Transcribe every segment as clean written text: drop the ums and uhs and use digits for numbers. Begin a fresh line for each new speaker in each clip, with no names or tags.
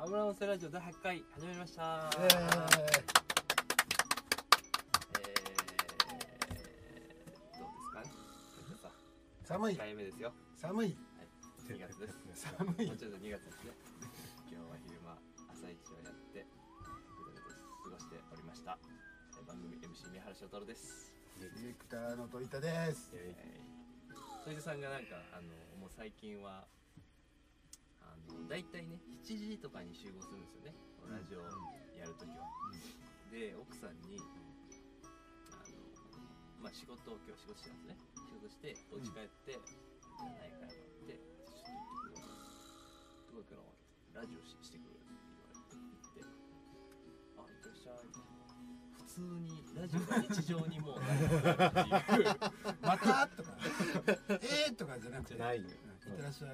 村温泉ラジオ第8回始まりました。どうですかね。
寒い。
1回目ですよ。
寒い。
2月です。
寒い。
もうちょっと2月ですね。今日は昼間朝一をやってぐだぐだ過ごしておりました。番組 MC 宮原翔太郎です。
ディレクターの鳥田です。
鳥田さんがなんかもう最近はだいたいね7時とかに集合するんですよね。ラジオやるときは。で奥さんにまあ仕事を今日仕事してたんですね。仕事してお家帰ってじゃないかなってちょっと行ってくる。どこ行くの？ラジオしてくるって言われて行って、あ、いってらっしゃい。普通にラジオが日常にもうなるっていう
またとかとかじゃなくて
ないよ。
いってらっしゃい。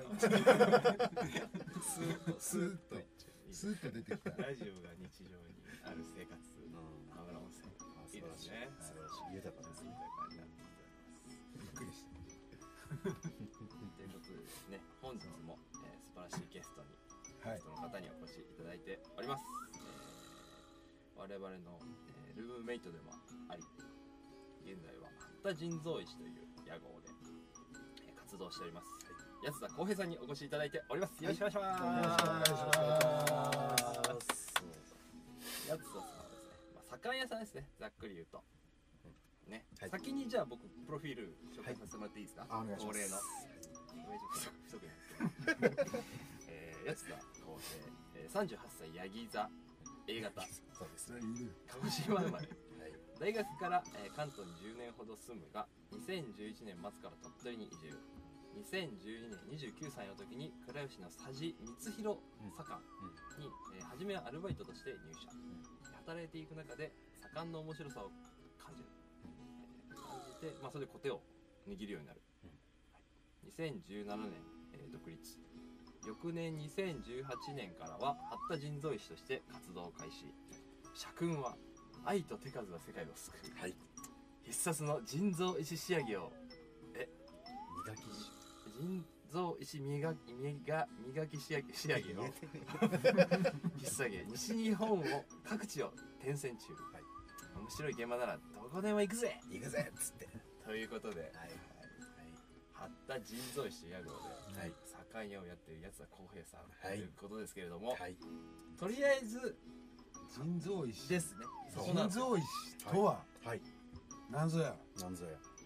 スーッと出てきた。
ラジオが日常にある生活の田村温泉。いいですね。
素晴らしい。豊かです。
豊かになって
びっくりした。
ということでですね、本日も、素晴らしいゲストの方にお越しいただいております。我々の、ルームメイトでもあり、現在は八田神蔵石という屋号で、活動しております。安田浩平さんにお越しいただいております。よろしくお願いします。
よろしくお願いします。
安田さんはですね、酒屋さんですね、ざっくり言うと。ね、
はい、
先にじゃあ僕プロフィール紹介させてもらっていいですか？
お願いします。
恒例の。安田浩平、38歳ヤギ座 A 型。
そうです。
鹿児島生まれ。大学から、関東に10年ほど住むが、2011年末から鳥取に移住。2012年29歳の時に倉吉の佐治光弘左官に、初めはアルバイトとして入社。働いていく中で左官の面白さを感じて、それでコテを握るようになる。2017年、独立。翌年2018年からは八田神蔵石として活動を開始。社訓は愛と手数は世界を救う。はい、必殺の神蔵石仕上げを
磨き
神蔵石磨き仕上げを引っ提げ西日本を各地を転戦中。はい、面白い現場ならどこでも行くぜ
っつって
ということで、八田神蔵石という屋号で酒屋をやっている安田浩平さんということですけれども、とりあえず
神蔵石
ですね。
神蔵石とは何ぞや。
神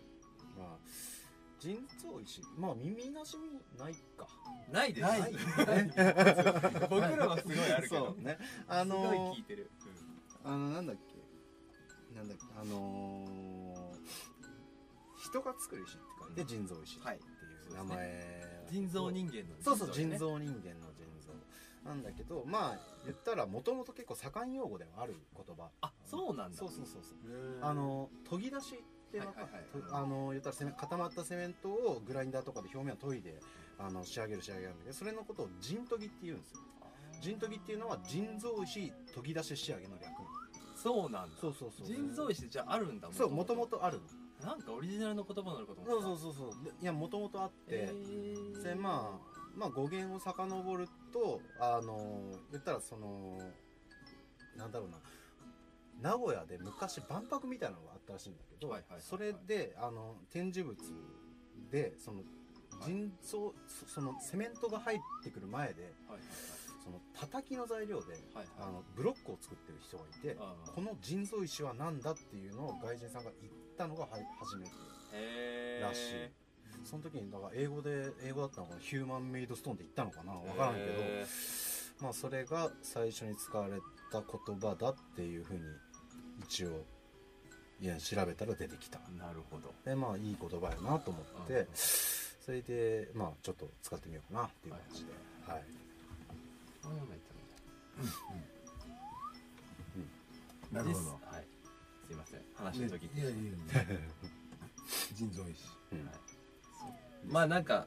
蔵石、耳なじみないか。
ないです。僕らはすごいあるけどね。すごい聞いてる。
なんだっけ人が作る石って書いて神蔵石っていう名前。
人造人間の。
そうそう、人造人間の人造なんだけど、言ったらもともと結構盛ん用語ではある言葉。
あ、そうなんだ。
そう研ぎ出しって言ったら固まったセメントをグラインダーとかで表面を研いで仕上げるんだけど、それのことを陣研ぎって言うんですよ。陣研ぎっていうのは人造石研ぎ出し仕上げの略。
そうなんだ。そう人造石ってじゃああるんだ。
そう、もともとある。
なんかオリジナルの言葉なのかと思った。
そういや、もともとあって、で語源を遡ると言ったらなんだろうな、名古屋で昔万博みたいなのがあったらしいんだけど、それで展示物でそのセメントが入ってくる前で、その叩きの材料でブロックを作ってる人がいて、この人造石は何だっていうのを外人さんが言ったのが初めてらしい。その時にだから英語だったのかな、ヒューマンメイドストーンって言ったのかな、分からんけど、それが最初に使われた言葉だっていうふうに一応調べたら出てきた。
なるほど。
でいい言葉やなと思って、それでちょっと使ってみようかなっていう感じで。
なるほど。
すいません、話の時に。
人造石。
なんか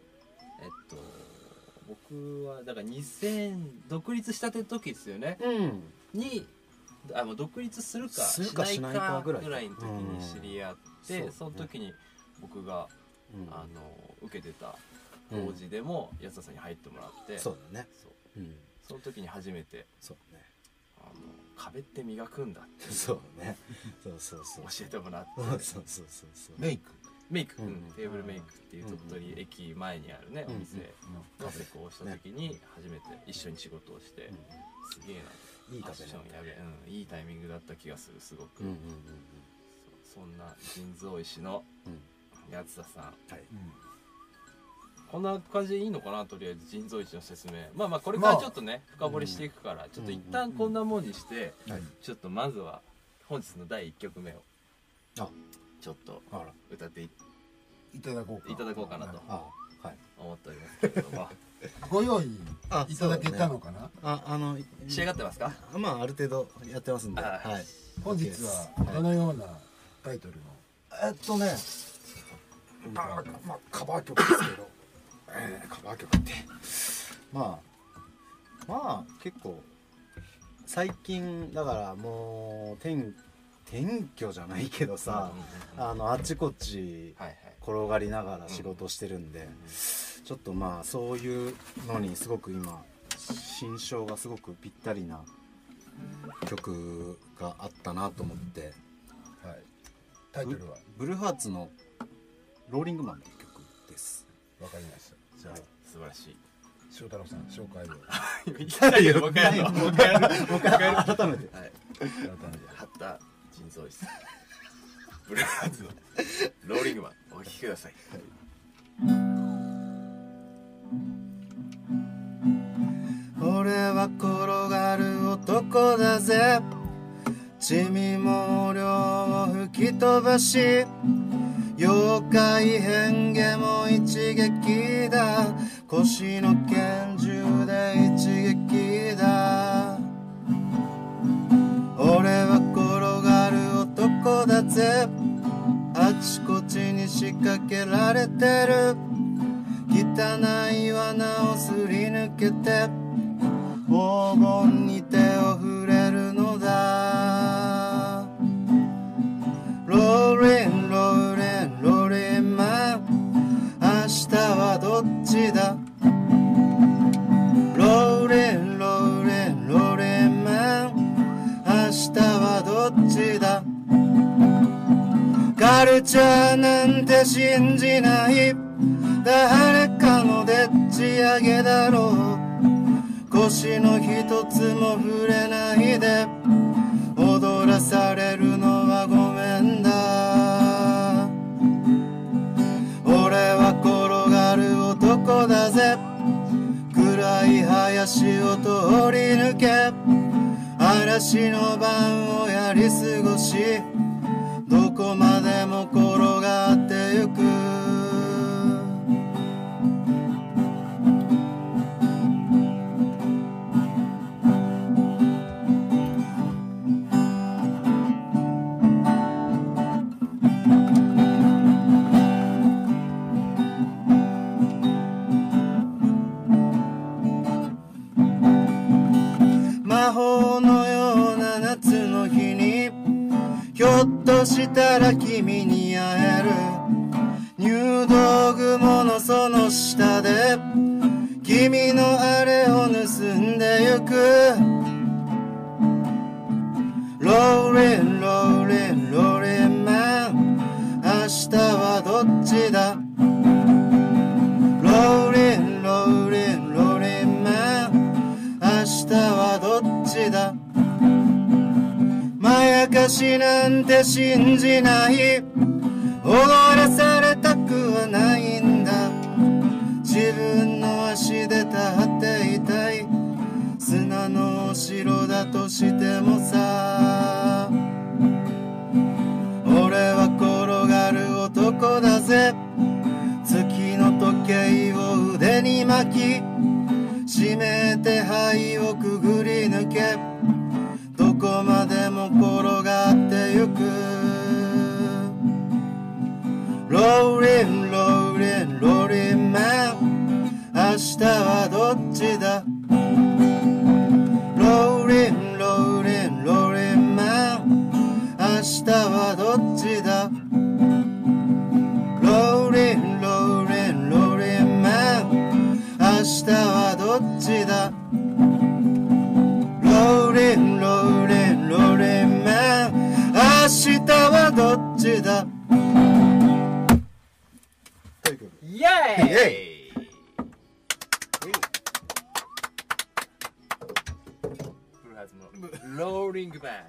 僕はだから独立したて時ですよね。にもう独立するかしないかぐらいの時に知り合って、その時に僕が受けてた工事でも安田さんに入ってもらって。
そうだね。
その時に初めて
そうね。
壁って磨くんだって
そうね。そうそうそう。
教えてもらって
そうそうそうそう。
メイク
メイク、
うん
テーブルメイクっていう鳥取駅前にあるね、お店の施工をした時に初めて一緒に仕事をして、すげえな、
いい
ファッションやべえ、いいタイミングだった気がする、すごく、そんな腎臓石の八田さん、はい、こんな感じでいいのかな、とりあえず腎臓石の説明。まあまあこれからちょっとね、深掘りしていくから、ちょっと一旦こんなもんにして、ちょっとまずは本日の第1曲目をちょっと歌っていただこうかなと思っておりますけれども、
ご用意いただけたのかな。
仕上がってますか。
まあある程度やってますんで、
本日はどのようなタイトルの
まあカバー曲ですけど、カバー曲ってまあ結構最近だからもう転居じゃないけどさ、あっちこっち転がりながら仕事してるんで、ちょっとまあそういうのにすごく今心象がすごくぴったりな曲があったなと思って、
タイトルは
ブルーハーツのローリングマンの曲です。
わかりました。じゃあ
素晴らしい。
翔太郎さん紹介を。
いきなりもう一回やるの。もう一回改めて。張った腎臓石。ブルーハーツのローリングマンお聴きください。
俺は転がる男だぜ、地味毛量を吹き飛ばし、妖怪変化も一撃だ、腰の拳銃で一撃だ。俺は転がる男だぜ、あちこちに仕掛けられてる汚い罠をすり抜けて黄金に手を触れるのだ。ローリンローリンローリンマン、明日はどっちだ。ローリンローリンローリンマン、明日はどっちだ。カルチャーなんて信じない、誰かのでっち上げだろう。腰の一つも触れないで踊らされるのはごめんだ。俺は転がる男だぜ、暗い林を通り抜け嵐の晩をやり過ごし、どこまでも転がってゆく。魔法のような夏の日にひょっとしたら君に会える。入道雲のその下で君のあれを盗んでゆく。ローリンローリンローリンマン、明日はどっちだ。ローリンローリンローリンマン、明日はどっちだ。まやかしなんて信じない、踊らされたくはないんだ。自分の足で立っていたい、砂のお城だとしてもさ。俺は転がる男だぜ、月の時計を腕に巻き締めて灰をくぐり抜け、どこまでも転がってゆく。ローリンローリンローリンマン、明日はどっちだ。ローリンローリンローリンマン、明日はどっちだ。ローリンローリンローリンマン、明日はどっちだ。 レンローレンローレンマン明日はどっちだという曲。
イエーイブルーハーツのローリングバン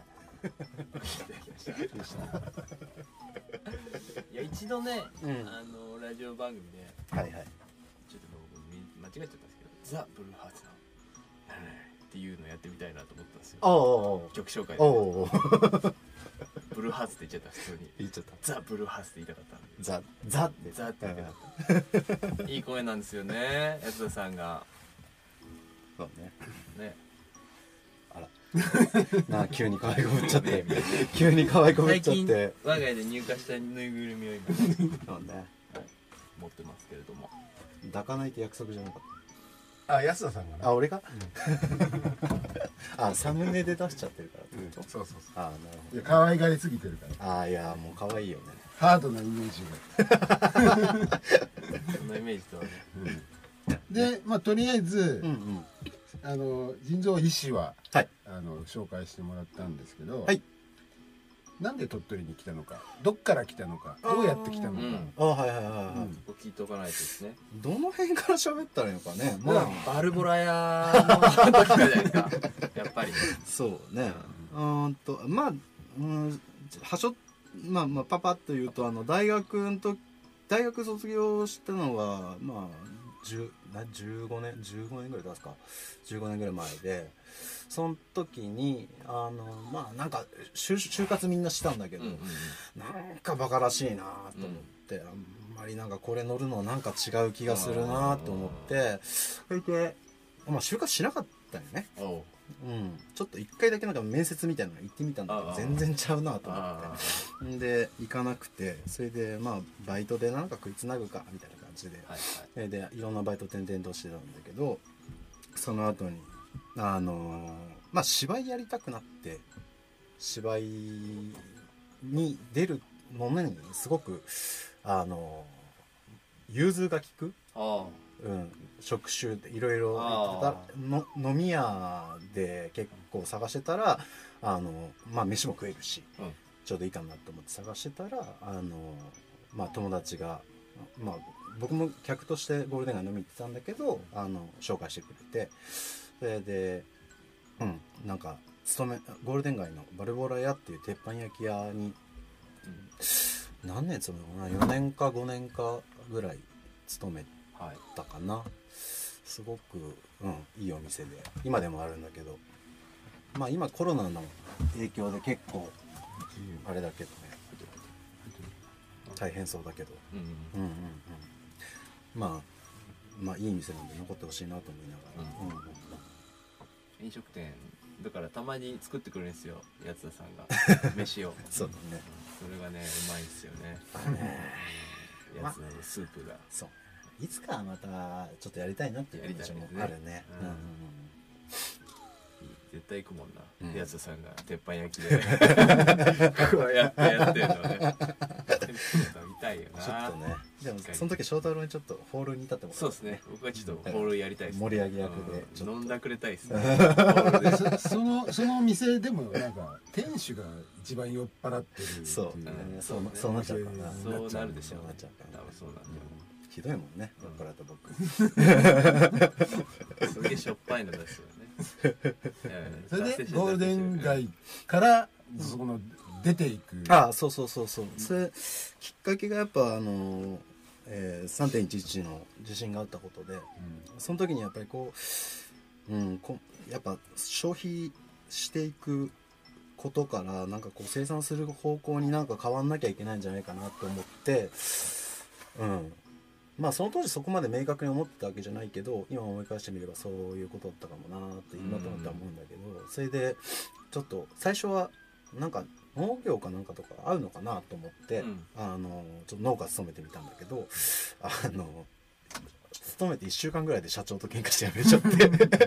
いや一度ね、ラジオ番組で
はいはい
ちょっと僕間違えちゃったんですけどザ・ブルーハーツのっていうのをやってみたいなと思ったんですよ。
お
曲紹介で、
おお
ブルーハーツって言っちゃった。普通に
言っちゃった
ザ・ブルーハーツって言いたかったんで
ザって
ザって言いたかったいい声なんですよね、安田さんが
そうね
ね。
あらなあ急に可愛いこぶっちゃって急に可愛いこぶっちゃっ
最近
て
我が家で入荷したぬいぐるみを今、
そうね
持ってますけれども、
抱かないって約束じゃなかっ
あ、安田さんがな。
たあ俺があサムネで出しちゃってるからってこと
そうそうそ
あなる
う。いや、可愛がりすぎてるから。
ほどあいやもう可愛いよね
ハードなイメージが。
そのイメージとはね。
で、まあ、とりあえず
うんう、ん
腎臓医師は、
はい
紹介してもらったんですけど、
はい
なんで鳥取に来たのか、どっから来たのか、どうやって来たのか、
あはいはいはいはい、
うん
ここ聞いとかないとですね。
どの辺から喋ったらいいのかねまあ
バルボラ屋の時からじゃないですか。やっぱりね。
そうねまあはしょまあパパッと言うと大学卒業したのがまあ15年ぐらいですか15年ぐらい前でその時にまあなんか就活みんなしたんだけど、なんかバカらしいなと思って、あんまりなんかこれ乗るのなんか違う気がするなと思ってそれでまあ就活しなかったよね。
おう
ちょっと一回だけなんか面接みたいなの行ってみたんだけど全然ちゃうなと思ってで行かなくてそれでまあバイトでなんか食いつなぐかみたいな感じで、それでいろんなバイト転々としてたんだけどその後にまあ芝居やりたくなって芝居に出るものにすごく融通が利く職種でいろいろ飲み屋で結構探してたらまあ飯も食えるし、ちょうどいいかなと思って探してたらまあ友達がまあ僕も客としてゴールデン街飲みに行ってたんだけど紹介してくれてそれでなんかゴールデン街のバルボラ屋っていう鉄板焼き屋に、何年勤めたかな4年か5年かぐらい勤めたかな、すごく、いいお店で今でもあるんだけどまあ今コロナの影響で結構あれだけどね大変そうだけどまあいい店なんで残ってほしいなと思いながら、
飲食店だからたまに作ってくれるんですよやつださんが飯を
そうだね
それがねうまいんですよねやつのスープが
そういつかまたちょっとやりたいなっていう気持ちもあるね
絶対行くもんな、やつさんが鉄板焼きでこうやってやってるのね見たいよな。
ちょっとねでもその時翔太郎にちょっとホールに立ってもらって
そうですね僕はちょっとホールやりたいです、
盛り上げ役で
飲んだくれたいですねホールで
その店でもなんか店主が一番酔っ払ってるっていう
そうなっちゃうかな
そうなるでしょう
なっちゃうかな
多分そうなんだよ
ひどいもんね酔っ払った僕
すげえしょっぱいのですよね
それでゴールデン街からそこの出ていく
そうそれきっかけがやっぱ3.11 の地震があったことで、その時にやっぱりやっぱ消費していくことからなんかこう生産する方向になんか変わんなきゃいけないんじゃないかなと思ってまあその当時そこまで明確に思ってたわけじゃないけど今思い返してみればそういうことだったかもなって今となっては思うんだけどそれでちょっと最初はなんか農業かなんかとか合うのかなと思って、ちょっと農家勤めてみたんだけど勤めて1週間ぐらいで社長と喧嘩して辞めちゃって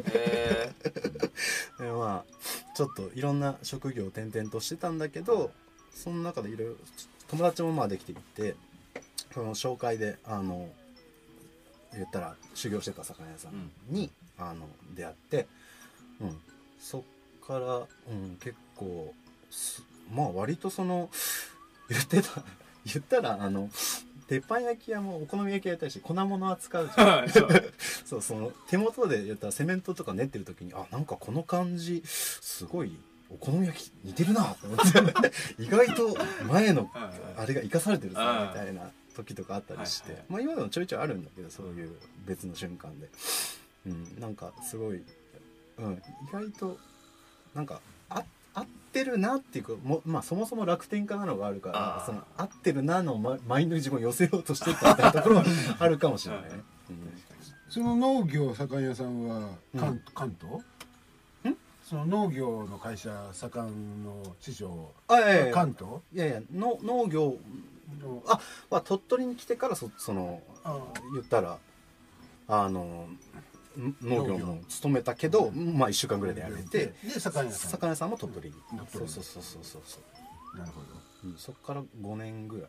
でまあちょっといろんな職業を転々としてたんだけどその中でいろいろ友達もまあできていってその紹介で言ったら修行してた魚屋さんに、出会って、そっから、結構まあ割とその言ったら鉄板焼き屋もお好み焼き屋やったりして粉物扱うじゃんそうその手元で言ったらセメントとか練ってる時になんかこの感じすごいお好み焼き似てるなと思って意外と前のあれが生かされてるさみたいな時とかあったりして、まあ今でもちょいちょいあるんだけど、そういう別の瞬間で、なんかすごい、意外となんか合ってるなっていうか、まあそもそも楽天家なのがあるから、その合ってるなのマインドに自分を寄せようとしてたみたいなところはあるかもしれないね。
その農業酒屋さんは関東？その農業の会社盛んの師匠関東？
いや農業鳥取に来てからその言ったら農業も勤めたけど、まあ1週間ぐらいで辞めて、
で酒屋さん
も鳥取に。そう
なるほ
ど。そっから5年ぐらい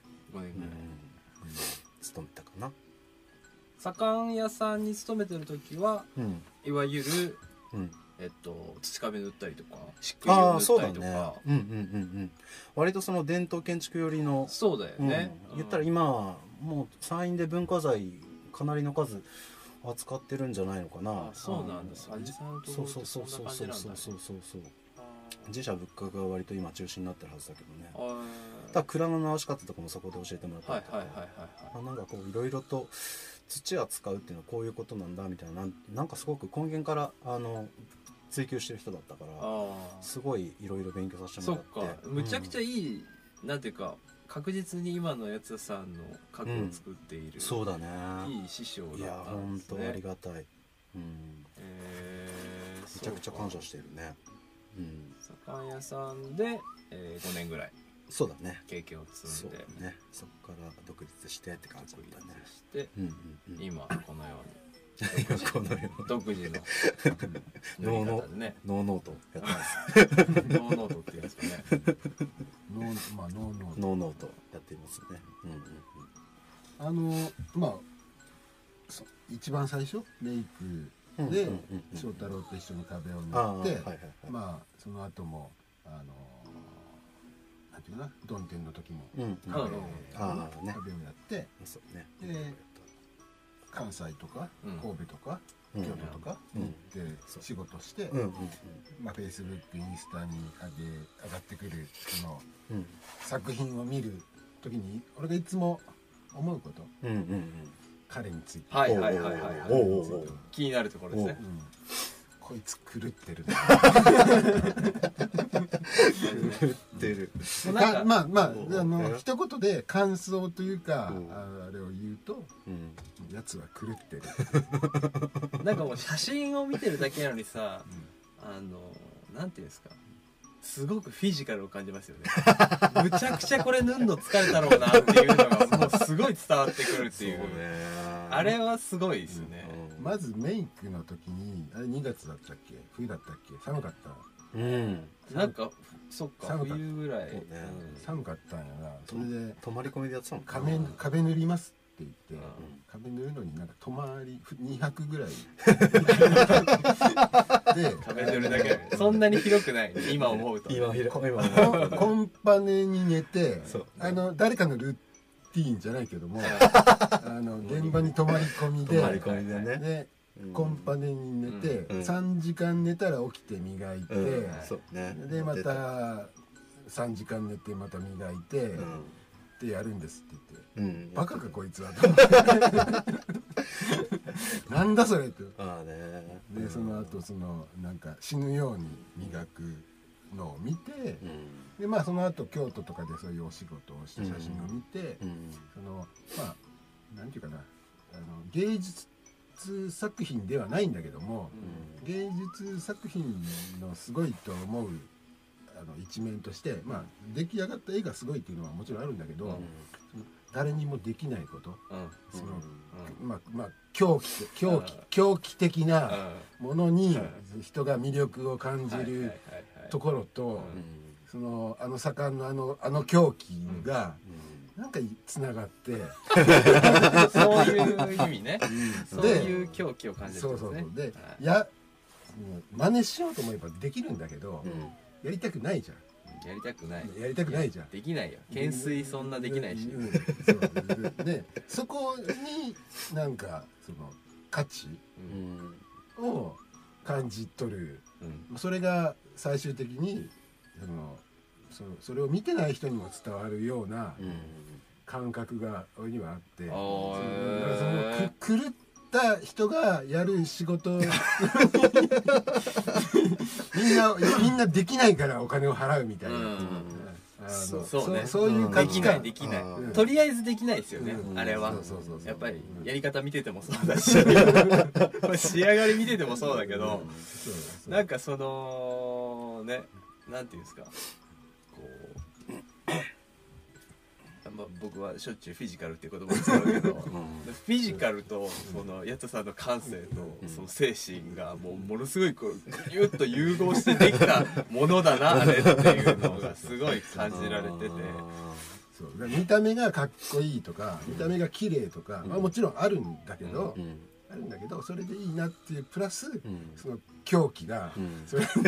勤めたかな。
酒屋さんに勤めてる時は、いわゆる土壁塗ったりとか漆喰を塗ったりとか、
割とその伝統建築寄りの、
そうだよね、
言ったら今はもう山陰で文化財かなりの数扱ってるんじゃないのかな。
そうなんです。そう
自社仏閣が割と今中心になってるはずだけどね。だ蔵の直し方とかもそこで教えてもらったりとか、なんかこういろいろと土扱うっていうのはこういうことなんだみたいな、なんかすごく根源から追求してる人だったから、すごいいろいろ勉強させてもらって。
そっか、むちゃくちゃいい、なんていうか確実に今のやつさんの家具を作っている、
そうだね、
いい師匠だったんですね。
いや本当ありがたい。めちゃくちゃ感謝してるね。
酒屋さんで5年ぐらい、
そうだね、
経験を積んで、
そこから独立してって感じだったね。
して、今このように独自の
ノーノートやってます。
ノーノートっていうんですかね。
ノーノートやっていますね。
まあ一番最初メイクで翔太郎と一緒に壁を塗って、まあその後もなんていうかな、ドンテンの時も壁をやって、で関西とか神戸とか京都とか行って仕事して、まあフェイスブックインスタに上がってくるその作品を見る時に俺がいつも思うこと、彼について
気になるところですね。
こいつ狂ってるまあ一言で感想というかあれを言うと、やつは狂ってる。
なんかもう写真を見てるだけなのにさ、なんていうんですか、すごくフィジカルを感じますよね。むちゃくちゃこれ塗んの疲れたろうなっていうのがもうすごい伝わってくるっていう、あれはすごいですよね。
まずメイクの時にあれ2月だったっけ冬だったっけ、寒かった。
なんかそっか冬ぐらい
寒かったんやな。それで
泊まり込みでやってたの。
壁塗りますって言って、壁塗るのになんか泊まり2泊ぐらいで
壁塗るだけでそんなに広くない、今思うと。
コンパネに寝て、誰かのルーティーンじゃないけども現場に泊まり込みでコンパネに寝て3時間寝たら起きて磨いて、でまた3時間寝てまた磨いてってやるんですって言って、バカかこいつはとなんだそれって。でその後なんか死ぬように磨くのを見て、でまあその後京都とかでそういうお仕事をして写真を見て、まあなんていうかな、芸術作品ではないんだけども、芸術作品のすごいと思う一面として、まあ出来上がった絵がすごいっていうのはもちろんあるんだけど、誰にもできないこと、まあ狂気的なものに人が魅力を感じるところと、盛んのあの狂気がなんかつながって、
そういう意味ね。そういう狂気を感じるんですね。
で真似しようと思えばできるんだけど、やりたくないじゃん。
やりたくない
じゃん。
できないよ。懸垂そんなできないし、
そうでそこになんかその価値を感じ取る、それが最終的にそれを見てない人にも伝わるような感覚が俺にはあって、その狂った人がやる仕事みんなできないからお金を払うみたいな、そういう価値観
できない、とりあえずできないですよね、あれは。やっぱりやり方見ててもそうだし仕上がり見ててもそうだけど、なんかそのね、なんていうんですか、こう僕はしょっちゅうフィジカルっていう言葉を使うけどフィジカルとそのやつさんの感性とその精神がものすごいこうギュッと融合してできたものだなあれっていうのがすごい感じられてて、
そう見た目がかっこいいとか見た目が綺麗とか、もちろんあるんだけど、それでいいなっていうプラス、その狂気が、それに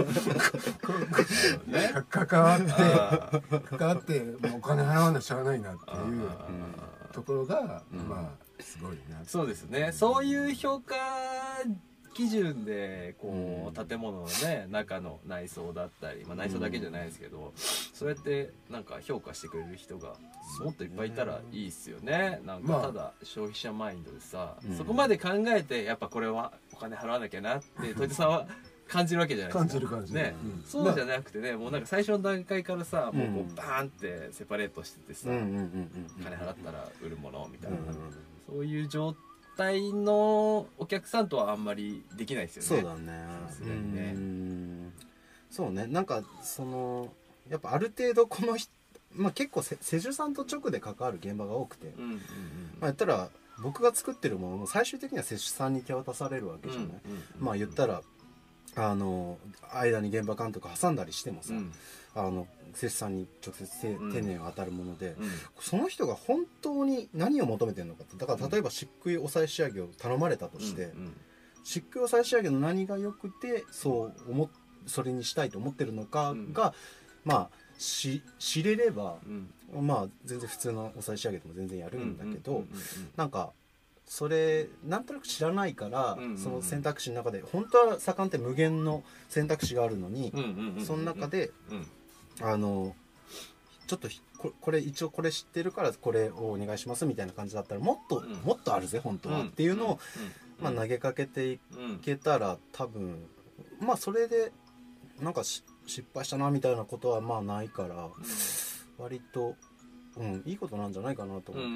関わってもうお金払わなしゃあないなっていうところが、まあすごいな。
そうですね。そういう評価基準でこう建物のね中の内装だったり、内装だけじゃないですけど、そうやってなんか評価してくれる人がもっといっぱいいたらいいっすよね。なんかただ消費者マインドでさ、そこまで考えてやっぱこれはお金払わなきゃなって豊田さんは感じるわけじゃないですか。
感じる
ね、そうじゃなくてね、もうなんか最初の段階からさ、もうこうバーンってセパレートしててさ、金払ったら売るものみたいな、そういう状態のお客さんとはあんまりできないですよね。
そうだね。さすがにね。そうね。なんかそのやっぱある程度この結構施主さんと直で関わる現場が多くて、言ったら僕が作ってるものも最終的には施主さんに手渡されるわけじゃない。言ったら間に現場監督挟んだりしてもさ、施主さんに直接丁寧が当たるもので、その人が本当に何を求めてるのかって、だから例えば漆喰抑え仕上げを頼まれたとして、漆喰抑え仕上げの何が良くてそれにしたいと思ってるのかが、知れれば、全然普通の抑え仕上げでも全然やるんだけど、なんかそれなんとなく知らないから、その選択肢の中で本当は盛んって無限の選択肢があるのに、その中でちょっとこれ一応これ知ってるからこれをお願いしますみたいな感じだったら、もっとあるぜ本当はっていうのを投げかけていけたら、多分それでなんか失敗したなみたいなことはないから、割といいことなんじゃないかなと思って。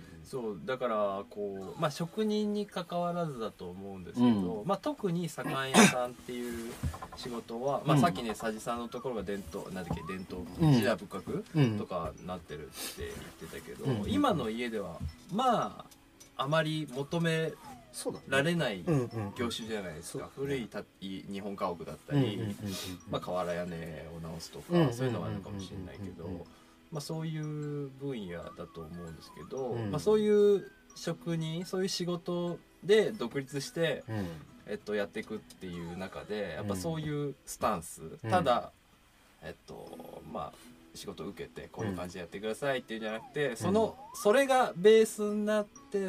そうだからこう、職人に関わらずだと思うんですけど、特に左官屋さんっていう仕事は、さっきね佐治さんのところが伝統石田仏閣とかなってるって言ってたけど、今の家ではあまり求められない業種じゃないですか。古い日本家屋だったり、瓦屋根を直すとか、そういうのはあるかもしれないけど、そういう分野だと思うんですけど、そういう職人、そういう仕事で独立して、やっていくっていう中で、やっぱそういうスタンス、ただ仕事を受けてこういう感じでやってくださいっていうんじゃなくて、それがベースになって、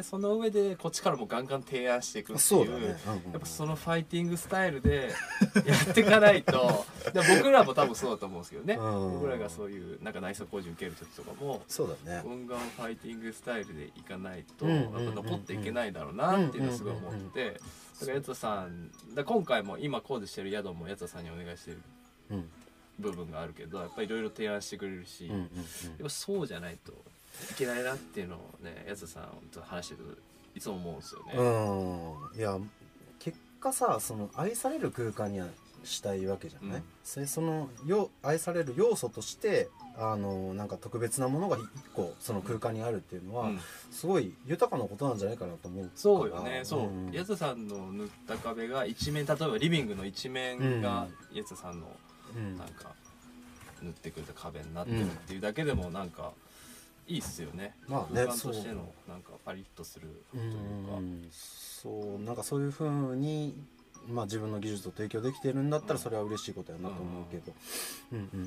その上でこっちからもガンガン提案していくっていう、やっぱそのファイティングスタイルでやっていかないと僕らも多分そうだと思うんですけどね、僕らがそういうなんか内装工事受ける時とかもガンガンファイティングスタイルでいかないとやっぱ残っていけないだろうなっていうのをすごい思って、だから八田さん今回も今工事してる宿も八田さんにお願いしてる部分があるけど、やっぱりいろいろ提案してくれるし、やっぱそうじゃないといけないなっていうのをね、八田さんと話してるといつも思うんですよね。
いや結果さ、その愛される空間にはしたいわけじゃない、その愛される要素としてなんか特別なものが一個その空間にあるっていうのは、すごい豊かなことなんじゃないかなと思うから。
そうよね。八田さんの塗った壁が一面、例えばリビングの一面が八田さんのなんか塗ってくれた壁になってるっていうだけでもなんかいいっすよね。空間としてのなんかパリッとするというか、
なんかそういう風にまあ自分の技術を提供できてるんだったらそれは嬉しいことやなと思うけど、
そういう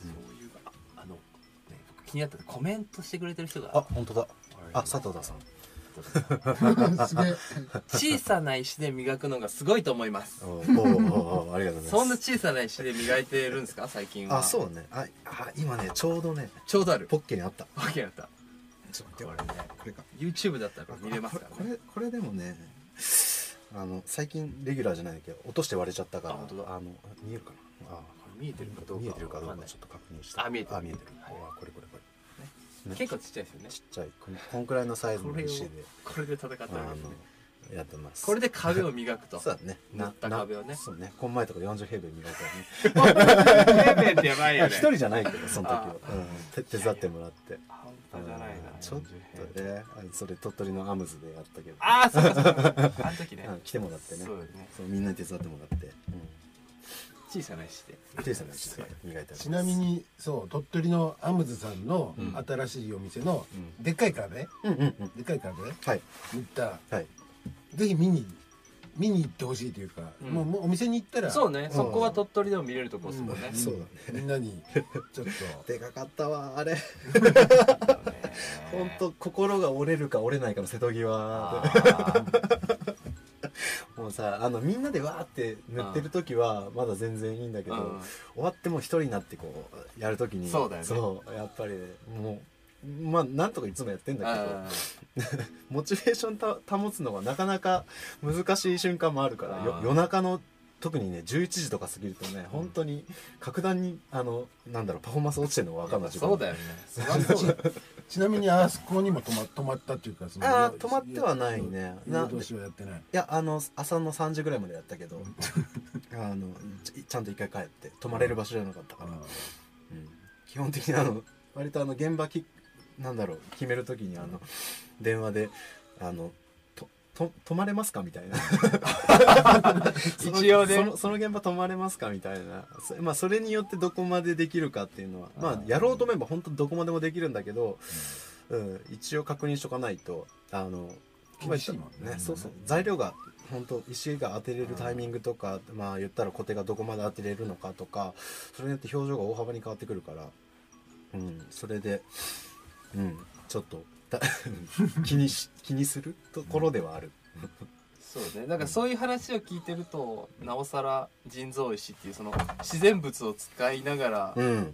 気になったコメントしてくれてる人が、
あ、本当だ、あ、佐藤田さん
すげえ。
小さな石で磨くのがすごいと思います。
おお、ありがとうございます。
そんな小さな石で磨いてるんですか最近は？
あ、そうね、今ねちょうどね
ちょうどある
ポッケにあった。
ポッケにあった。
ちょっと待って、これか
YouTube だったら見れますからね。
これでもね、最近レギュラーじゃないけど落として割れちゃったから、
本当だ、
見えるかな、
見えてるかどうか
見えてるかどうかちょっと確認して。
見えてる、
見えてる、これ
結構ちっちゃいですよね。
ちっちゃい、こんくらいのサイズの石で
これで戦ってるわけですね。
やってます。
これで壁を磨くと。
そうだね、
塗った壁をね。
そうね、この前とか40平米磨いたらね。
平米ってやばいよね。
一人じゃないけどその時は手伝ってもらって。
半端じゃないな。
ちょっとね、それ鳥取のアムズでやったけど、
そうかあの時ね
来てもらってね、
そう
みんなに手伝ってもらって、
小さな石で
磨いた。
ちなみにそう鳥取のアムズさんの新しいお店のでっかい壁、でっかい壁塗った、ぜひ見に行ってほしいというか、もうお店に行ったら、
そうね、そこは鳥取でも見れるとこですもんね。
そうだね、
みんなにちょっと
でかかったわあれ。本当心が折れるか折れないかの瀬戸際で。もうさ、みんなでわーって塗ってる時はまだ全然いいんだけど、終わってもう一人になってこうやる時に、
そうだよね、
そうやっぱりもうまあなんとかいつもやってんだけど、モチベーション保つのがなかなか難しい瞬間もあるから、夜中の特にね11時とか過ぎるとね、本当に格段になんだろう、パフォーマンス落ちてるのが分かんない。
そうだよね。
ちなみにあそこにも止まったっていうか、
止まってはないね。
夜通しはやってない。
いや、朝の3時ぐらいまでやったけど、ちゃんと一回帰って泊まれる場所じゃなかったから、基本的に割と現場なんだろう、決めるときに電話で泊まれますかみたいな。
一応ね、
その現場泊まれますかみたいな。まあそれによってどこまでできるかっていうのは、まあやろうと思えば本当どこまでもできるんだけど、一応確認しとかないと
厳しいもんね。
そう材料が本当石が当てれるタイミングとか、まあ言ったら固定がどこまで当てれるのかとか、それによって表情が大幅に変わってくるから、それでちょっと気にするところではある。
そうね、なんかそういう話を聞いてると、なおさら人造石っていうその自然物を使いながら、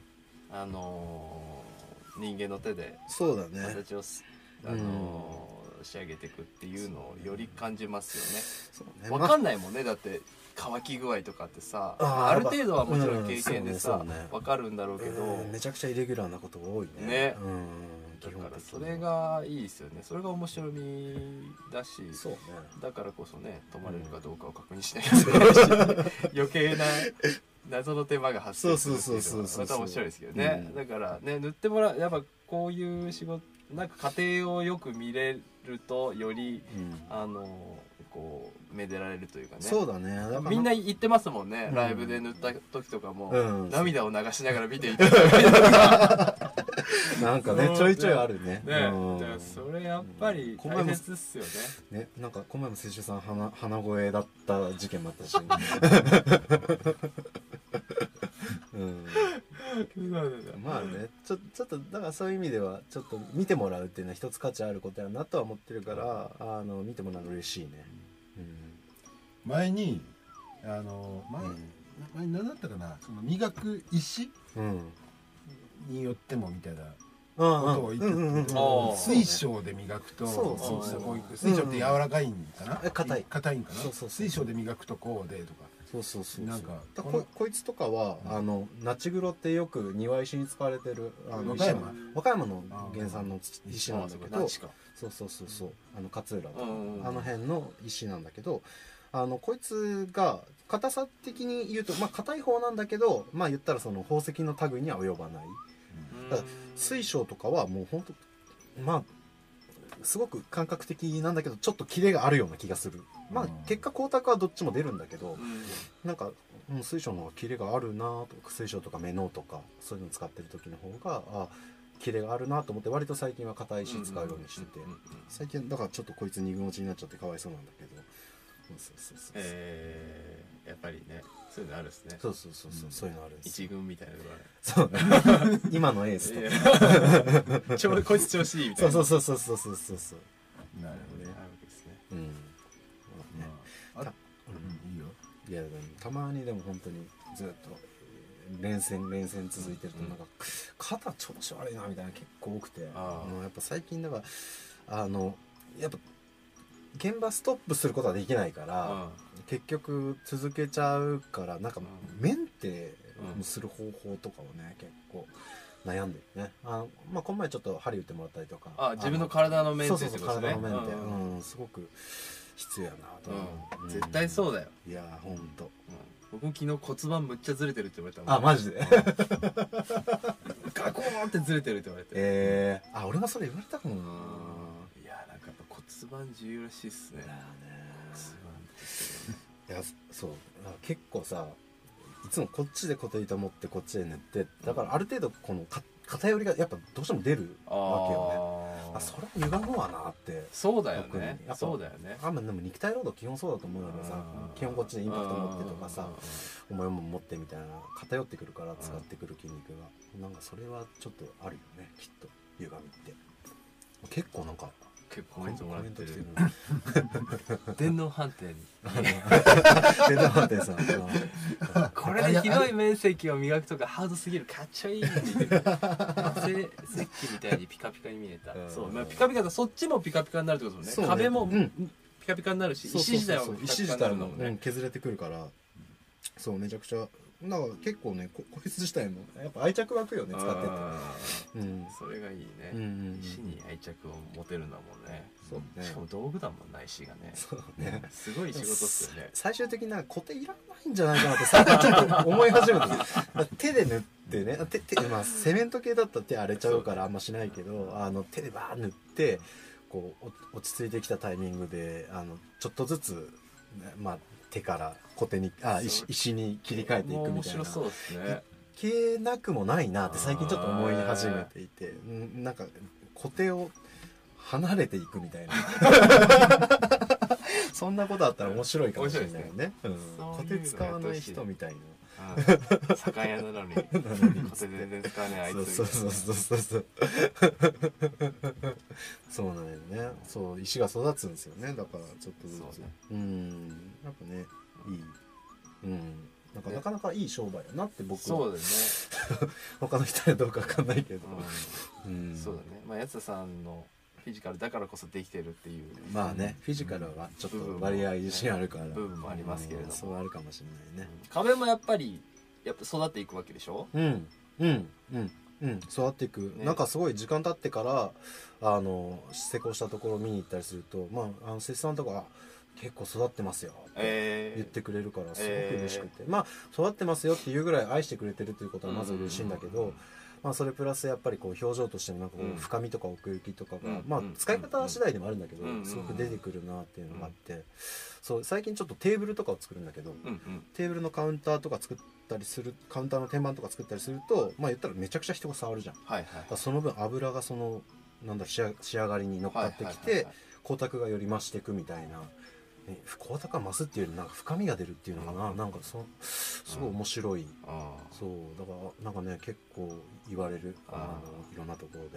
人間の手で
そうだね、
形を仕上げていくっていうのをより感じますよね。分かんないもんね、だって乾き具合とかってさ、ある程度はもちろん経験でさ分かるんだろうけど、
めちゃくちゃイレギュラーなことが多いね。
だからそれがいいですよね。それが面白みだし、だからこそね、泊まれるかどうかを確認しないといけないし、余計な謎の手間が発生するっていうのはまた面白いですけどね。だからね、塗ってもらう、やっぱこういう仕事、なんか家庭をよく見れるとよりこうめでられるというかね。
そうだね。
みんな言ってますもんね。ライブで塗った時とかも涙を流しながら見ていた
なんかね、ちょいちょいあるね。
それやっぱり大切っすよね。
ね、なんかこの前も青春さん鼻声だった事件もあったし。まあね、ちょっとだからそういう意味ではちょっと見てもらうっていうのは一つ価値あることやなとは思ってるから、見てもらうの嬉しいね。
前に前何だったかな、その磨く石によってもみたいなことを言ってて、水晶で磨くと、水晶って柔らかいんかな、硬いんかな、水晶で磨くとこうでとか。
なんかこいつとかはナチグロってよく庭石に使われてる和歌山の原産の石なんだけど、勝浦とあの辺の石なんだけど、こいつが硬さ的に言うとまあ硬い方なんだけど、まあ言ったらその宝石の類には及ばない。だから水晶とかはもう本当まあすごく感覚的なんだけど、ちょっとキレがあるような気がする。まあ結果光沢はどっちも出るんだけど、なんか水晶の方がキレがあるなとか、水晶とかメノとかそういうの使ってる時の方がキレがあるなと思って、割と最近は硬い石使うようにしてて、最近だからちょっとこいつ二軍落ちになっちゃってかわいそうなんだけど、
やっぱりねそういうのあるんですね。
そうそういうのあるんです。
一軍みたいなのが
そう今のエースと
こいつ調子いいみたいな。
そう
なるほどね。
あるわけですね。
いいよ。
いやでもたまにでも本当にずっと連戦続いてるとなんか肩調子悪いなみたいな結構多くて、やっぱ最近だからやっぱ現場ストップすることはできないから、結局続けちゃうからなんかメンテする方法とかをね結構悩んでるね。この前ちょっと針打ってもらったりとか、
自分の体のメンテってことですね。
そう体のメンテ、すごく必要やなと思う。
絶対そうだよ。
いやほんと
僕も昨日骨盤むっちゃずれてるって言われたもん。
あマジで
ガコーンってずれてるって言われて。
俺もそれ言われたもんな。
いやなんかやっぱ骨盤重要らしいっすね。
いやそう結構さいつもこっちで固定板持ってこっちで塗ってだからある程度この偏りがやっぱどうしても出るわけよね。それは歪むわなって。
そうだよね。そうだよね。
でも肉体労働基本そうだと思うからさ、基本こっちでインパクト持ってとかさ重いもん持ってみたいな偏ってくるから使ってくる筋肉がなんかそれはちょっとあるよねきっと歪みって結構なんか
コメントもらってる。電脳判定に。
電脳判定さん。
これで広い面積を磨くとかハードすぎるかっちょいい。石器みたいにピカピカに見えた。そう、ピカピカだ。そっちもピカピカになるってことですね。壁もピカピカになるし、石自体もピカピカになるのもね。
削れてくるから、そうめちゃくちゃ。なんか結構ねこいつ自体もやっぱ愛着湧くよね使ってて。
それがいいね。石に愛着を持てるんだもんね。しかも道具だもんな石がね。
そうね。
すごい仕事っすよね。
最終的になんか固定いらないんじゃないかなって最近ちょっと思い始めて。手で塗ってね。セメント系だったら手荒れちゃうからあんましないけど、手でバー塗ってこう落ち着いてきたタイミングでちょっとずつ手から固定に石に切り替えていくみたいな。面白そうですね。消えなくもないなって最近ちょっと思い始めていて、なんか固定を離れていくみたいなそんなことあったら面白いかもしれないよね。固定使わない人みたいな。
酒屋なのに固定全然使わないあいつ。
そうなんよね。そう石が育つんですよね。だからちょっとずつやっぱねいいなかなかいい商売やなって僕は。
そうだね。
他の人はどうかわかんないけど。
そうだね。安田さんのフィジカルだからこそできてるっていう。
フィジカルはちょっと割合自信あるから
部分もありますけれども。
そうあるかもしれないね。
壁もやっぱり育っていくわけでしょ。
育っていく。なんかすごい時間経ってから施工したところを見に行ったりすると施主さんとか結構育ってますよって言ってくれるからすごく嬉しくて、育ってますよっていうぐらい愛してくれてるということはまず嬉しいんだけど、それプラスやっぱりこう表情としてもなんかこう深みとか奥行きとかが使い方次第でもあるんだけどすごく出てくるなっていうのがあって、そう最近ちょっとテーブルとかを作るんだけど、テーブルのカウンターとか作ったりするカウンターの天板とか作ったりすると言ったらめちゃくちゃ人が触るじゃん。その分油がその仕上がりに乗っかってきて光沢がより増していくみたいな。光沢が増すっていうよりなんか深みが出るっていうのかな、なんかすごい面白い。そうだからなんかね結構言われるいろんなところで。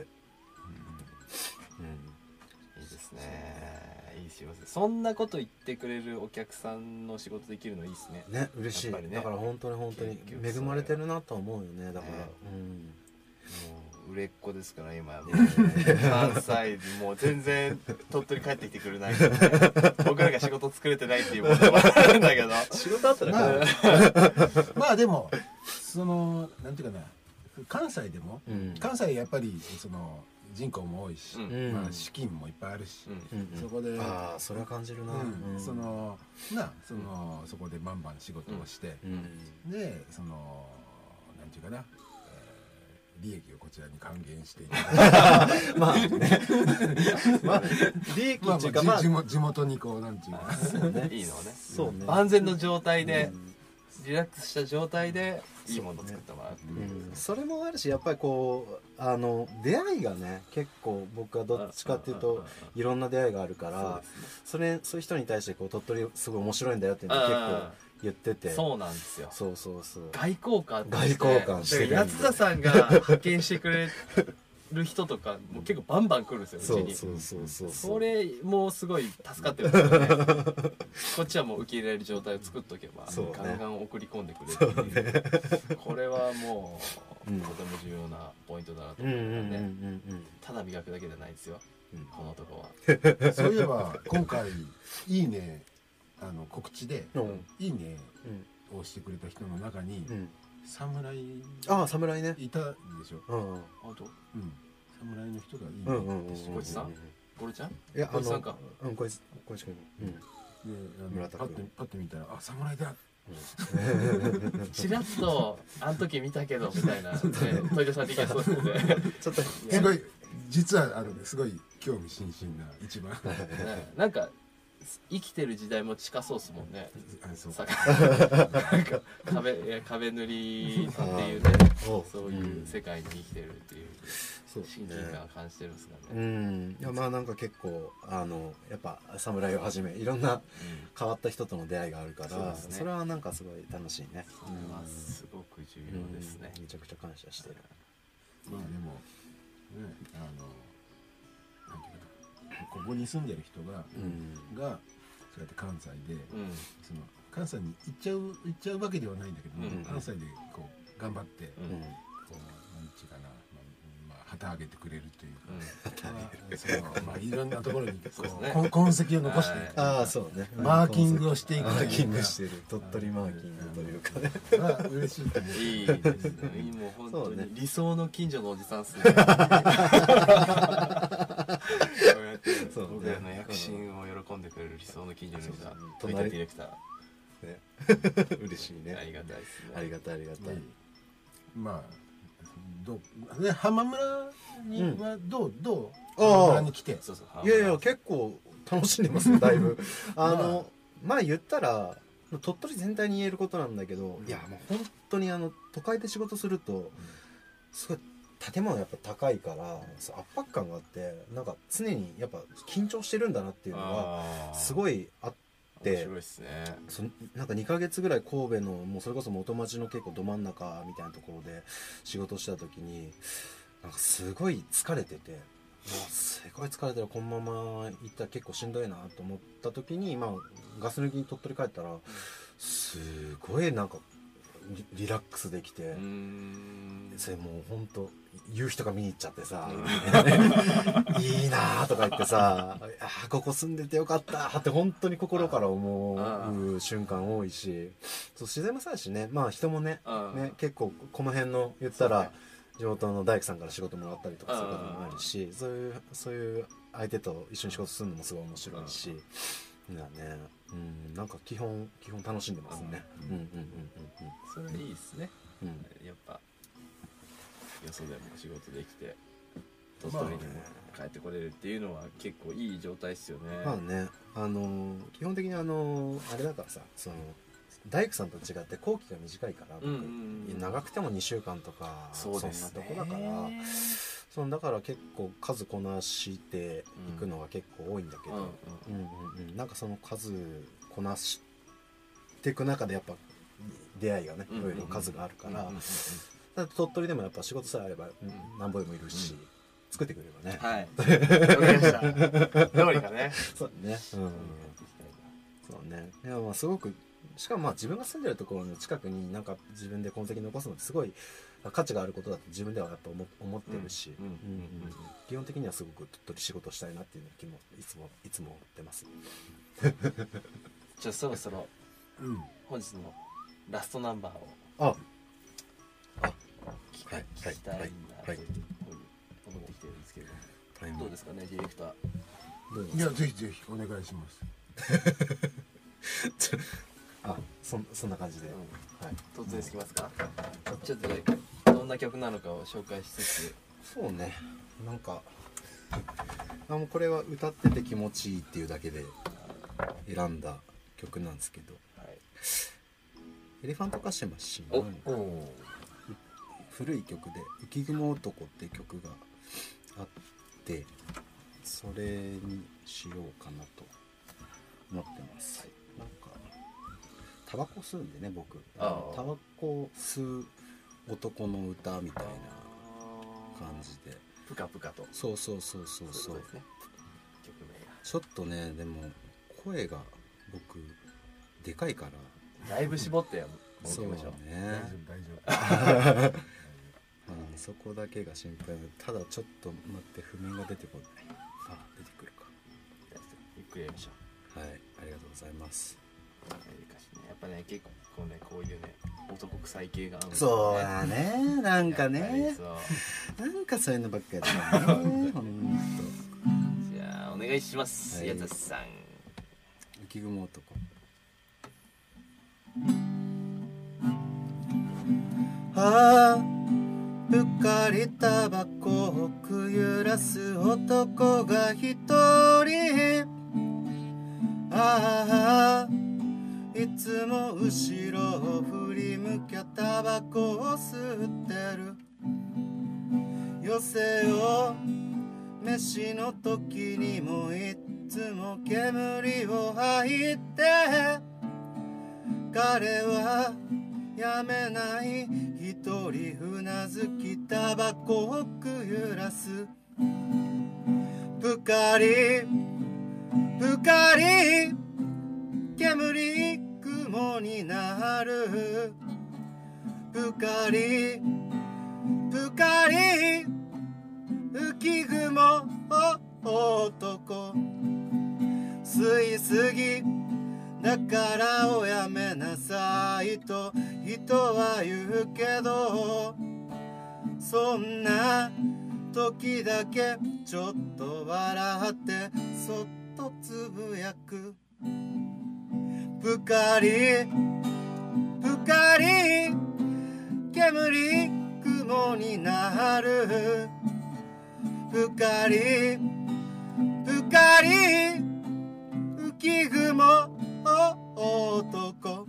いいですね。いい仕事。そんなこと言ってくれるお客さんの仕事できるのいいですね。
ね嬉しい。だから本当に恵まれてるなと思うよね。だから
売れっ子ですから今関西もう全然鳥取帰ってきてくれないからね。僕らが仕事作れてないっていう問題もあるんだけど
仕事あったら
でもなんていうかな関西でも関西やっぱり人口も多いし資金もいっぱいあるしそこで
それは感じるな。
そこでバンバン仕事をしてでなんていうかな利益をこちらに還元していただいて
利益っていうか
地元にこうなんていうか
いいのね。万全の状態でリラックスした状態でいいものを作ってもらうっていう、
それもあるし、やっぱりこう出会いがね結構僕はどっちかっていうといろんな出会いがあるから、そういう人に対してこう鳥取すごい面白いんだよっていうのを結構言ってて、
そうなんですよ。
そうそうそう、
外交官と
外交官してるんで、
安田さんが派遣してくれる人とかもう結構バンバン来るんですよ、うちに。それもすごい助かってるんですよね。こっちはもう受け入れられる状態を作っとけば、ガンガン送り込んでくれるっていう、これはもうとても重要なポイントだなと思うので、ただ磨くだけじゃないですよ、この男は。
そういえば今回いいね告知でいいねをしてくれた人の中に侍
ね
いたでしょ。
本当？
侍の人がいいねってして
こいつさん、これちゃん？
いや
こいつさんか。
こいつ君。
パッて見たら侍だ。
ちらっとあの時見たけどみたいな問い出されてきそうですね。
ちょっと
すごい実はすごい興味津々な一番
なんか生きてる時代も近そうっすもんね。なんか壁塗りっていうね、そういう世界に生きてるっていう親近感を感じてるんですかね。
いやまあなんか結構やっぱ侍をはじめいろんな変わった人との出会いがあるから、それはなんかすごい楽しいね。
それはすごく重要ですね。
めちゃくちゃ感謝してる。
まあでもね、なんていうかな、ここに住んでる人がそうやって関西でその関西に行っちゃうわけではないんだけども、関西でこう頑張ってこうなんていうかな、旗揚げてくれるというか、まあいろんなところにこう痕跡を残していく、
そうね、
マーキングをしていく、
マーキングしてる、鳥取マーキングというかね、
嬉しいと思う。
いいですね。もう本当に理想の近所のおじさんっすね。こうやって僕らの躍進を喜んでくれる理想の近所の人は隣ディレクタ
ー。嬉しいね。
ありがたいですね。
ありがたい。
まあ浜村にはどう浜村に来て、
いやいや結構楽しんでますよ、だいぶ。まあ言ったら鳥取全体に言えることなんだけど、いやもう本当に都会で仕事するとすごい建物やっぱ高いから圧迫感があって、なんか常にやっぱ緊張してるんだなっていうのがすごいあって。
面白いっすね。
なんか2ヶ月ぐらい神戸のもうそれこそ元町の結構ど真ん中みたいなところで仕事した時になんかすごい疲れてて、もうすごい疲れてる、このまま行ったら結構しんどいなと思った時に、まあガス抜きに鳥取帰ったらすごいなんかリラックスできて、それもうほんと夕日とか見に行っちゃってさいいなーとか言ってさ、ここ住んでてよかったって本当に心から思う瞬間多いし、自然もそうだしね、まあ人もね結構この辺の言ったら地元の大工さんから仕事もらったりとかすることもあるし、そういう相手と一緒に仕事するのもすごい面白いし、なんか基本楽しんでますね。
それいいですね。やっぱよそでも仕事できて鳥取にも帰ってこれるっていうのは結構いい状態ですよね。
まあね、基本的にあれだからさ、その大工さんと違って工期が短いから、長くても2週間とかそんなとこだから、だから結構数こなしていくのが結構多いんだけど、なんかその数こなしていく中でやっぱ出会いがねいろいろ数があるから、鳥取でもやっぱ仕事さえあれば何本もいるし、作ってくればね。
はい。わかりました。どうにかね。
そうね。そうね。いやまあすごく、しかもまあ自分が住んでるところの近くになんか自分で痕跡残すのってすごい価値があることだと自分ではやっぱ思ってるし、基本的にはすごく鳥取仕事したいなっていう気もいつも思ってます。
じゃあそろそろ本日のラストナンバーを聞きたいなと思ってきてるんですけれども、どうですかねディレクター。
いやぜひぜひお願いします。
そんな感じで、
突然つきますか。ちょっとどんな曲なのかを紹介しつつ。
そうね、なんかもうこれは歌ってて気持ちいいっていうだけで選んだ曲なんですけど、 エレファントカシマシ
お
の古い曲で「浮雲男」って曲があって、それにしようかなと思ってます。なんかタバコ吸うんでね、僕タバコ吸う男の歌みたいな感じで
プカプカと。
そうそうですね、曲名がちょっとね、でも声が僕でかいから
だいぶ絞って
そうね、
大丈夫
そこだけが心配で、ただちょっと待って、譜面が出てこない。出てくるか。
ゆっくりやりましょ
う。はい、ありがとうございます。
やっぱね、結構ね、こういうね、男臭い系が合うんです
よね。そうだね、なんかね、なんかそういうのばっかりだね。ほんと。
じゃあお願いします、やつさん。
浮雲男。ああ、うっかりタバコをくゆらす男が一人。ああ、いつも後ろを振り向きゃタバコを吸ってる。よせよ飯の時にもいつも煙を吐いて、彼はやめない一人うなずきタバコをくゆらす。ぷかりぷかり煙雲になる。ぷかりぷかり浮雲男。吸いすぎだからおやめなさいと人は言うけど、そんな時だけちょっと笑ってそっとつぶやく。ぷかりぷかり煙雲になる。ぷかりぷかり浮雲男。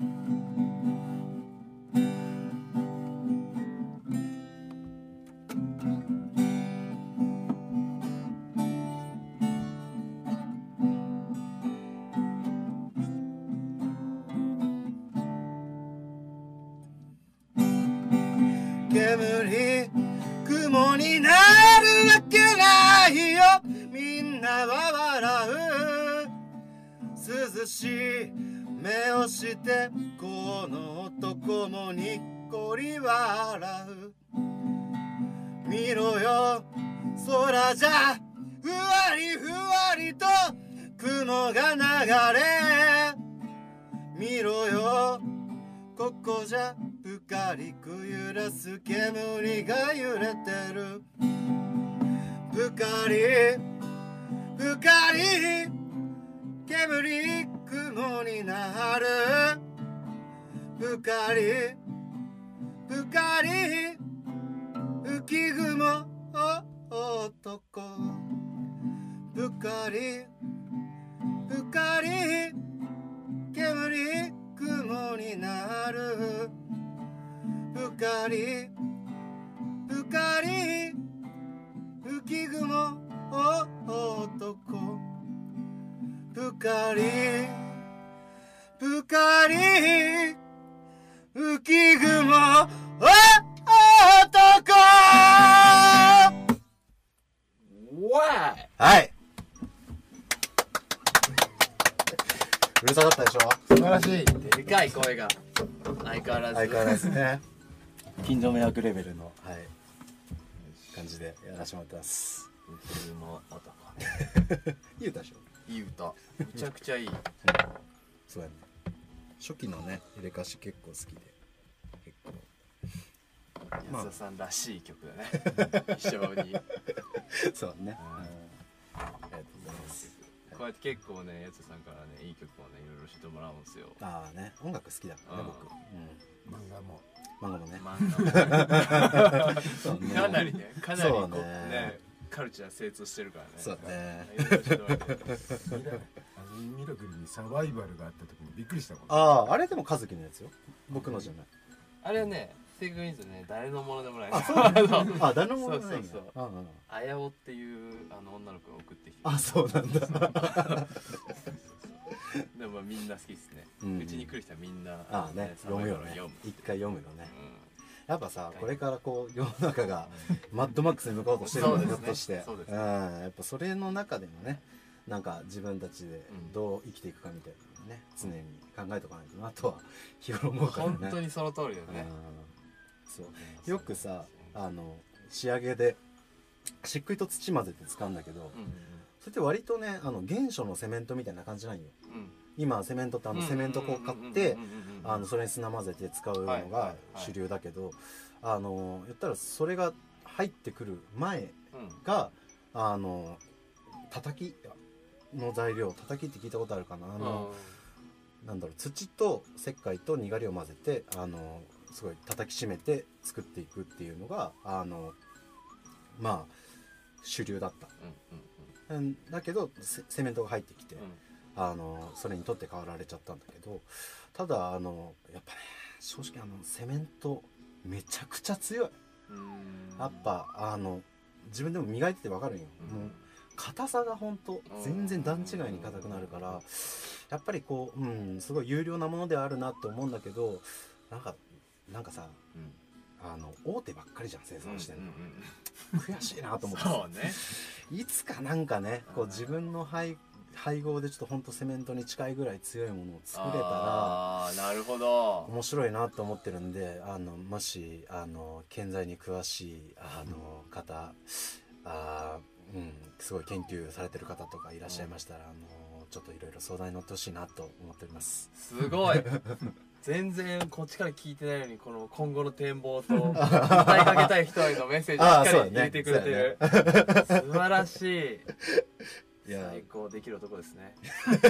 煙雲になるわけないよ、みんなは笑う。涼しい目をしてこの男もにっこり笑う。見ろよ空じゃふわりふわりと雲が流れ。見ろよここじゃぷかりくゆらす煙が揺れてる。ぷかりぷかり煙雲になる。ぷかりぷかり浮雲男。ぷかりぷかり煙雲になる。ぷかりぷかり浮雲男。ぷかりぷかり浮雲男。はい、うるさかったでしょ。
素晴らしい。
でかい声が相変わらず
ね。近所迷惑レベルの、はい、感じでやらせてもらってます。
浮雲男。
言うたでしょ。
いい歌、めちゃくちゃいい。
そうやね。初期のね入れ歌詞結構好きで、結構
安田さんらしい曲だね。非常に。
そうね。
ありがとうございます。こうやって結構ね、やつさんからね、いい曲をね、いろいろしてもらうんですよ。
ああね、音楽好きだからね、僕。
漫画も
ね。
かなりね、かなりこうね、カルチャー精通してるからね。
そうね。
ミラクルにサバイバルがあった時にびっくりしたもん。
あれでも和樹のやつよ、僕のじゃない。
あれはね正確に言うとね誰のものでもない。
誰のものじゃないんや。
そうあやおっていう女の子が送ってきて。
そうなんだ。
でもみんな好きですね。うちに来る人はみんな
読むよね。一回読むよね。やっぱさ、これからこう世の中がマッドマックスに向かおうとしてるのひょっとして、やっぱそれの中でもね、なんか自分たちでどう生きていくかみたいなのね、常に考えておかないとなとは日頃思うからね。
本当にその通りだよね。
そうよくさ、仕上げで漆喰と土混ぜて使うんだけど、それって割とね原初のセメントみたいな感じなんよ。今セメントってセメント粉を買ってそれに砂混ぜて使うのが主流だけど、言ったらそれが入ってくる前が叩きの材料、叩きって聞いたことあるかな。なんだろう、土と石灰とにがりを混ぜてすごい叩き締めて作っていくっていうのがまあ主流だった。だけどセメントが入ってきて、それに取って代わられちゃったんだけど、ただやっぱね正直セメントめちゃくちゃ強い。やっぱ自分でも磨いてて分かるんよ。もう硬さが本当全然段違いに硬くなるから、やっぱりこうすごい有料なものではあるなって思うんだけど、なんかさ、大手ばっかりじゃん生産してんの。悔しいなと思って。
そうね。
いつかなんかね、こう自分の配合でちょっとほんとセメントに近いぐらい強いものを作れたら、
なるほど、
面白いなと思ってるんで、もし建材に詳しい方、すごい研究されてる方とかいらっしゃいましたら、ちょっといろいろ相談に乗ってほしいなと思っております。
すごい全然こっちから聞いてないのに、この今後の展望と訴えかけたい人へのメッセージをしっかり入れてくれてる。素晴らしい。最高できる男ですね。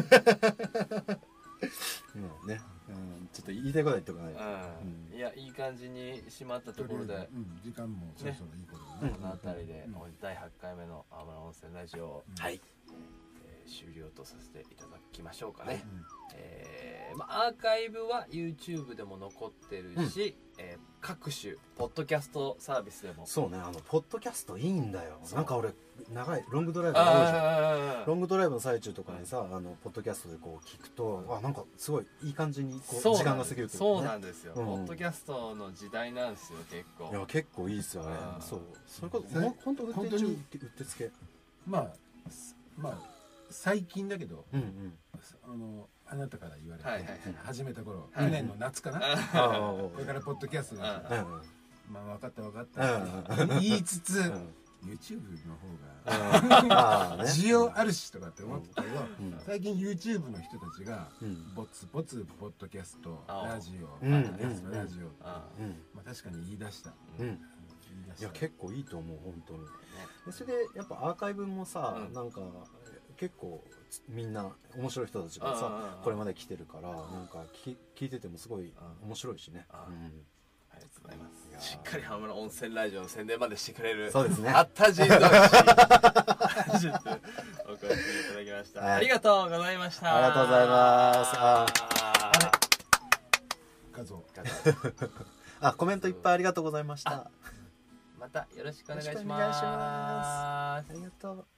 ね、ちょっと言いたいことは言っておかないと。
いや、いい感じに締まったところで、
時間もそろそろいいこと
で、この辺りで第8回目のアーマラ温泉ラジオを終了とさせていただきましょうかね。アーカイブは YouTube でも残ってるし、各種ポッドキャストサービスでも。
そうね、ポッドキャストいいんだよ。なんか俺長いロングドライブが多いじゃん。ロングドライブの最中とかにさ、ポッドキャストでこう聞くと、なんかすごいいい感じにこう時間が過ぎるというかね。
そうなんですよ。ポッドキャストの時代なんですよ、結構。
いや結構いいですよね。そう、それこそ本当うってつけ。ま
あ最近だけど、あなたから言われて始めた頃、去年の夏かな、これからポッドキャストが分かった言いつつ YouTube の方が需要あるしとかって思ったけど、最近 YouTube の人たちがぼつぼつポッドキャストラジオ確かに言い出した。
いや結構いいと思う本当に。それでやっぱアーカイブもさ、なんか結構みんな面白い人たちがさこれまで来てるから、なんか聞いててもすごい面白いしね。あ
りがとうございます。しっかり浜村温泉ラジオの宣伝までしてくれる、
そうですね、
あったじん同士お越しいただきました。ありがとうございました。
ありがとうございます。コメントいっぱいありがとうございました。
またよろしくお願いします。
ありがとう。